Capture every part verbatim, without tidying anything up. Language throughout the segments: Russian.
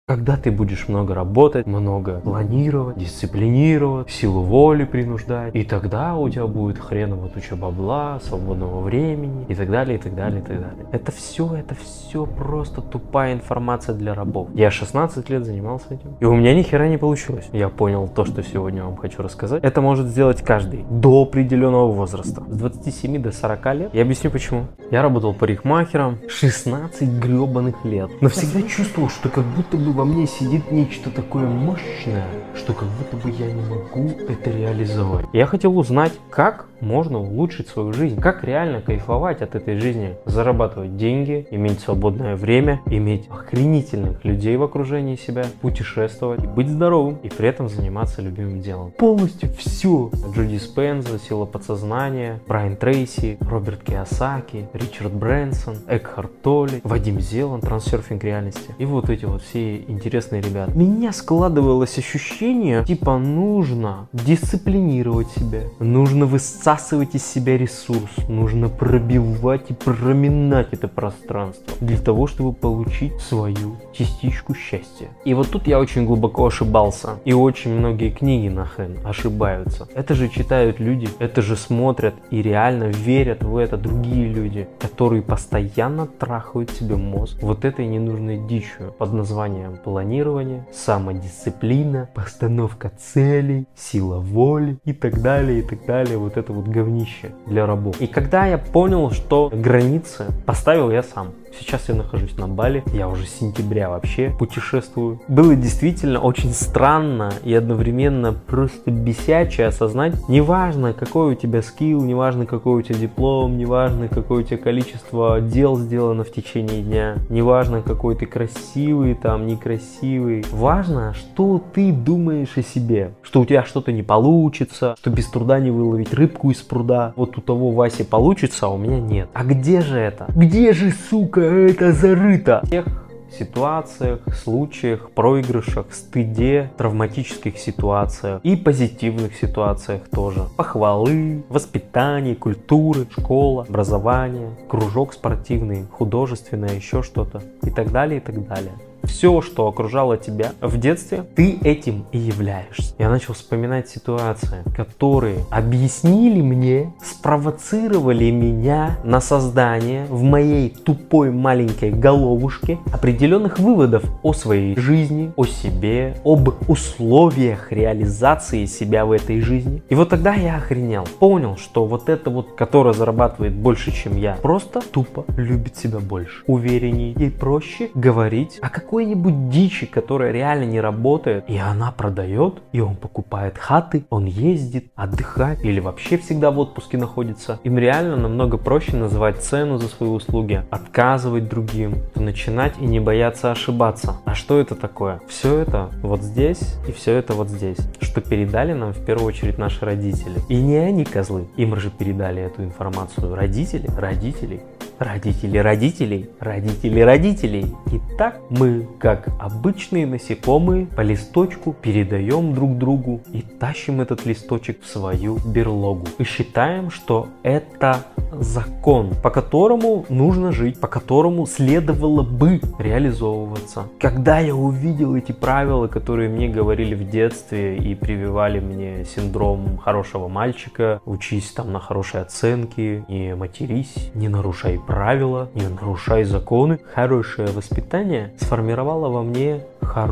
Когда ты будешь много работать, много планировать, дисциплинировать, силу воли принуждать, и тогда у тебя будет хреново туча бабла, свободного времени и так далее, и так далее, и так далее. Это все, это все просто тупая информация для рабов. Я шестнадцать лет занимался этим, и у меня ни хера не получилось. Я понял то, что сегодня вам хочу рассказать. Это может сделать каждый до определенного возраста. С двадцати семи до сорока лет. Я объясню почему. Я работал парикмахером шестнадцать гребаных лет. Но всегда чувствовал, что как будто бы во мне сидит нечто такое мощное, что как будто бы я не могу это реализовать. Я хотел узнать, как можно улучшить свою жизнь, как реально кайфовать от этой жизни, зарабатывать деньги, иметь свободное время, иметь охренительных людей в окружении себя, путешествовать, быть здоровым и при этом заниматься любимым делом. Полностью все. Джо Диспенза, Сила подсознания, Брайан Трейси, Роберт Кийосаки, Ричард Брэнсон, Экхарт Толле, Вадим Зеланд, трансерфинг реальности. И вот эти вот все интересные ребята. У меня складывалось ощущение, типа нужно дисциплинировать себя, нужно высасывать из себя ресурс, нужно пробивать и проминать это пространство для того, чтобы получить свою частичку счастья. И вот тут я очень глубоко ошибался. И очень многие книги нахрен ошибаются. Это же читают люди, это же смотрят и реально верят в это другие люди, которые постоянно трахают себе мозг вот этой ненужной дичью под названием планирование, самодисциплина, постановка целей, сила воли и так далее, и так далее. Вот это вот говнище для рабов. И когда я понял, что границы поставил я сам. Сейчас я нахожусь на Бали, я уже с сентября вообще путешествую. Было действительно очень странно и одновременно просто бесяче осознать, неважно какой у тебя скилл, неважно какой у тебя диплом, неважно какое у тебя количество дел сделано в течение дня, неважно какой ты красивый, там, некрасивый. Важно, что ты думаешь о себе, что у тебя что-то не получится, что без труда не выловить рыбку из пруда. Вот у того Васи получится, а у меня нет. А где же это? Где же, сука, это зарыто? В тех ситуациях, случаях, проигрышах, стыде, травматических ситуациях и позитивных ситуациях тоже. Похвалы, воспитание, культуры, школа, образование, кружок спортивный, художественное, еще что-то и так далее, и так далее. Все, что окружало тебя в детстве, ты этим и являешься. Я начал вспоминать ситуации, которые объяснили мне, спровоцировали меня на создание в моей тупой маленькой головушке определенных выводов о своей жизни, о себе, об условиях реализации себя в этой жизни. И вот тогда я охренел. Понял, что вот это вот, которая зарабатывает больше, чем я, просто тупо любит себя больше. Уверенней, ей проще говорить о какой какой-нибудь дичи, которая реально не работает, и она продает, и он покупает хаты, он ездит отдыхать или вообще всегда в отпуске находится. Им реально намного проще называть цену за свои услуги, отказывать другим, начинать и не бояться ошибаться. А что это такое? Все это вот здесь и все это вот здесь, что передали нам в первую очередь наши родители. И не они козлы, им же передали эту информацию родители, родителей. Родители родителей, родители родителей. И так мы, как обычные насекомые, по листочку передаем друг другу и тащим этот листочек в свою берлогу. И считаем, что это закон, по которому нужно жить, по которому следовало бы реализовываться. Когда я увидел эти правила, которые мне говорили в детстве и прививали мне синдром хорошего мальчика, учись там на хорошие оценки, не матерись, не нарушай правила, не нарушай законы. Хорошее воспитание сформировало во мне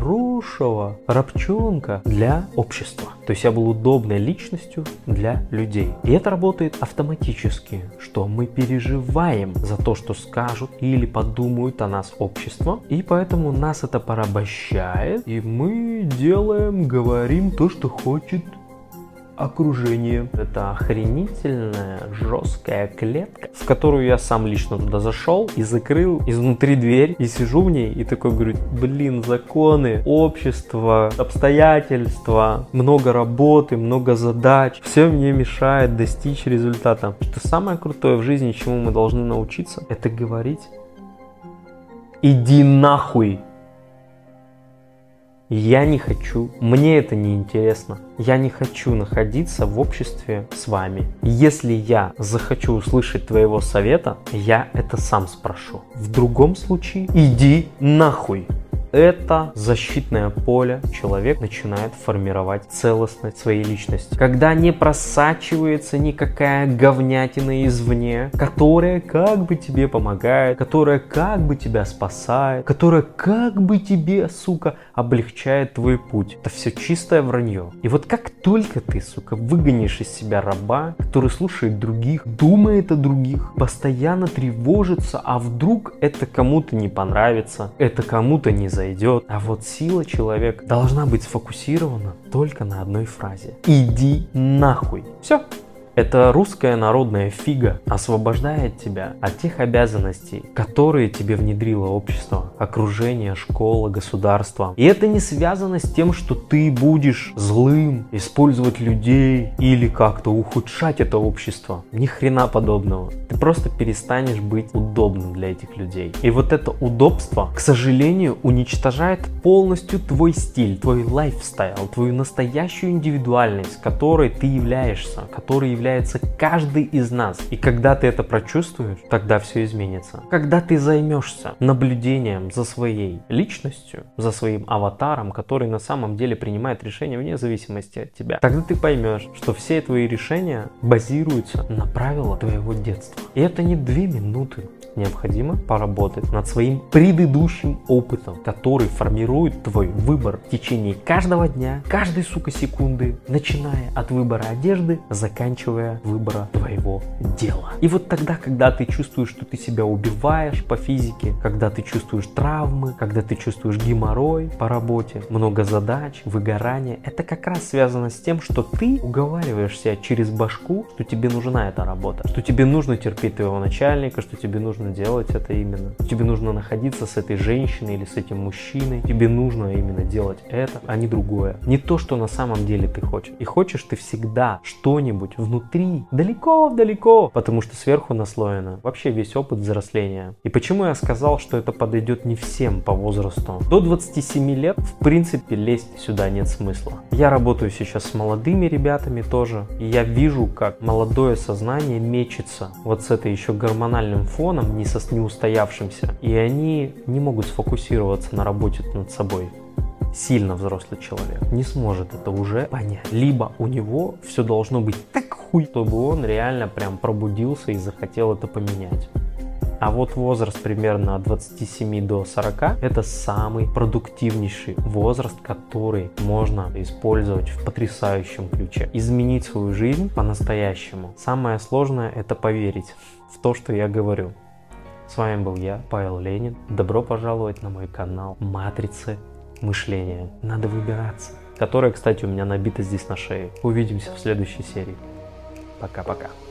хорошего рабчонка для общества. То есть я был удобной личностью для людей. И это работает автоматически, что мы переживаем за то, что скажут или подумают о нас общество. И поэтому нас это порабощает, и мы делаем, говорим то, что хочет окружение. Это охренительная жесткая клетка, в которую я сам лично туда зашел и закрыл изнутри дверь, и сижу в ней и такой говорю: блин, законы, общество, обстоятельства, много работы, много задач, все мне мешает достичь результата. Что самое крутое в жизни, чему мы должны научиться, это говорить: иди нахуй. Я не хочу, мне это не интересно. Я не хочу находиться в обществе с вами. Если я захочу услышать твоего совета, я это сам спрошу. В другом случае иди нахуй. это защитное поле человек начинает формировать целостность своей личности. Когда не просачивается никакая говнятина извне, которая как бы тебе помогает, которая как бы тебя спасает, которая как бы тебе, сука, облегчает твой путь. Это все чистое вранье. И вот как только ты, сука, выгонишь из себя раба, который слушает других, думает о других, постоянно тревожится, а вдруг это кому-то не понравится, это кому-то не зайдет. А вот сила человека должна быть сфокусирована только на одной фразе. Иди нахуй. Все. Эта русская народная фига освобождает тебя от тех обязанностей, которые тебе внедрило общество, окружение, школа, государство. И это не связано с тем, что ты будешь злым, использовать людей или как-то ухудшать это общество. Ни хрена подобного. Ты просто перестанешь быть удобным для этих людей. И вот это удобство, к сожалению, уничтожает полностью твой стиль, твой лайфстайл, твою настоящую индивидуальность, которой ты являешься, которой является каждый из нас. И когда ты это прочувствуешь, тогда все изменится. Когда ты займешься наблюдением за своей личностью, за своим аватаром, который на самом деле принимает решения вне зависимости от тебя, тогда ты поймешь, что все твои решения базируются на правилах твоего детства. И это не две минуты. Необходимо поработать над своим предыдущим опытом, который формирует твой выбор в течение каждого дня, каждой, сука, секунды, начиная от выбора одежды, заканчивая выбора твоего дела. И вот тогда, когда ты чувствуешь, что ты себя убиваешь по физике, когда ты чувствуешь травмы, когда ты чувствуешь геморрой по работе, много задач, выгорание, это как раз связано с тем, что ты уговариваешь себя через башку, что тебе нужна эта работа, что тебе нужно терпеть твоего начальника, что тебе нужно делать это именно. Тебе нужно находиться с этой женщиной или с этим мужчиной. Тебе нужно именно делать это, а не другое. Не то, что на самом деле ты хочешь. И хочешь ты всегда что-нибудь внутри, далеко-далеко, потому что сверху наслоено вообще весь опыт взросления. И почему я сказал, что это подойдет не всем по возрасту? До двадцати семи лет, в принципе, лезть сюда нет смысла. Я работаю сейчас с молодыми ребятами тоже, и я вижу, как молодое сознание мечется вот с этой еще гормональным фоном, не, со, не устоявшимся, и они не могут сфокусироваться на работе над собой. Сильно взрослый человек не сможет это уже понять. Либо у него все должно быть так хуй, чтобы он реально прям пробудился и захотел это поменять. А вот возраст примерно от двадцати семи до сорока это самый продуктивнейший возраст, который можно использовать в потрясающем ключе. Изменить свою жизнь по-настоящему. Самое сложное это поверить в то, что я говорю. С вами был я, Павел Ленин. Добро пожаловать на мой канал Матрицы мышления. Надо выбираться. Которая, кстати, у меня набита здесь на шее. Увидимся в следующей серии. Пока-пока.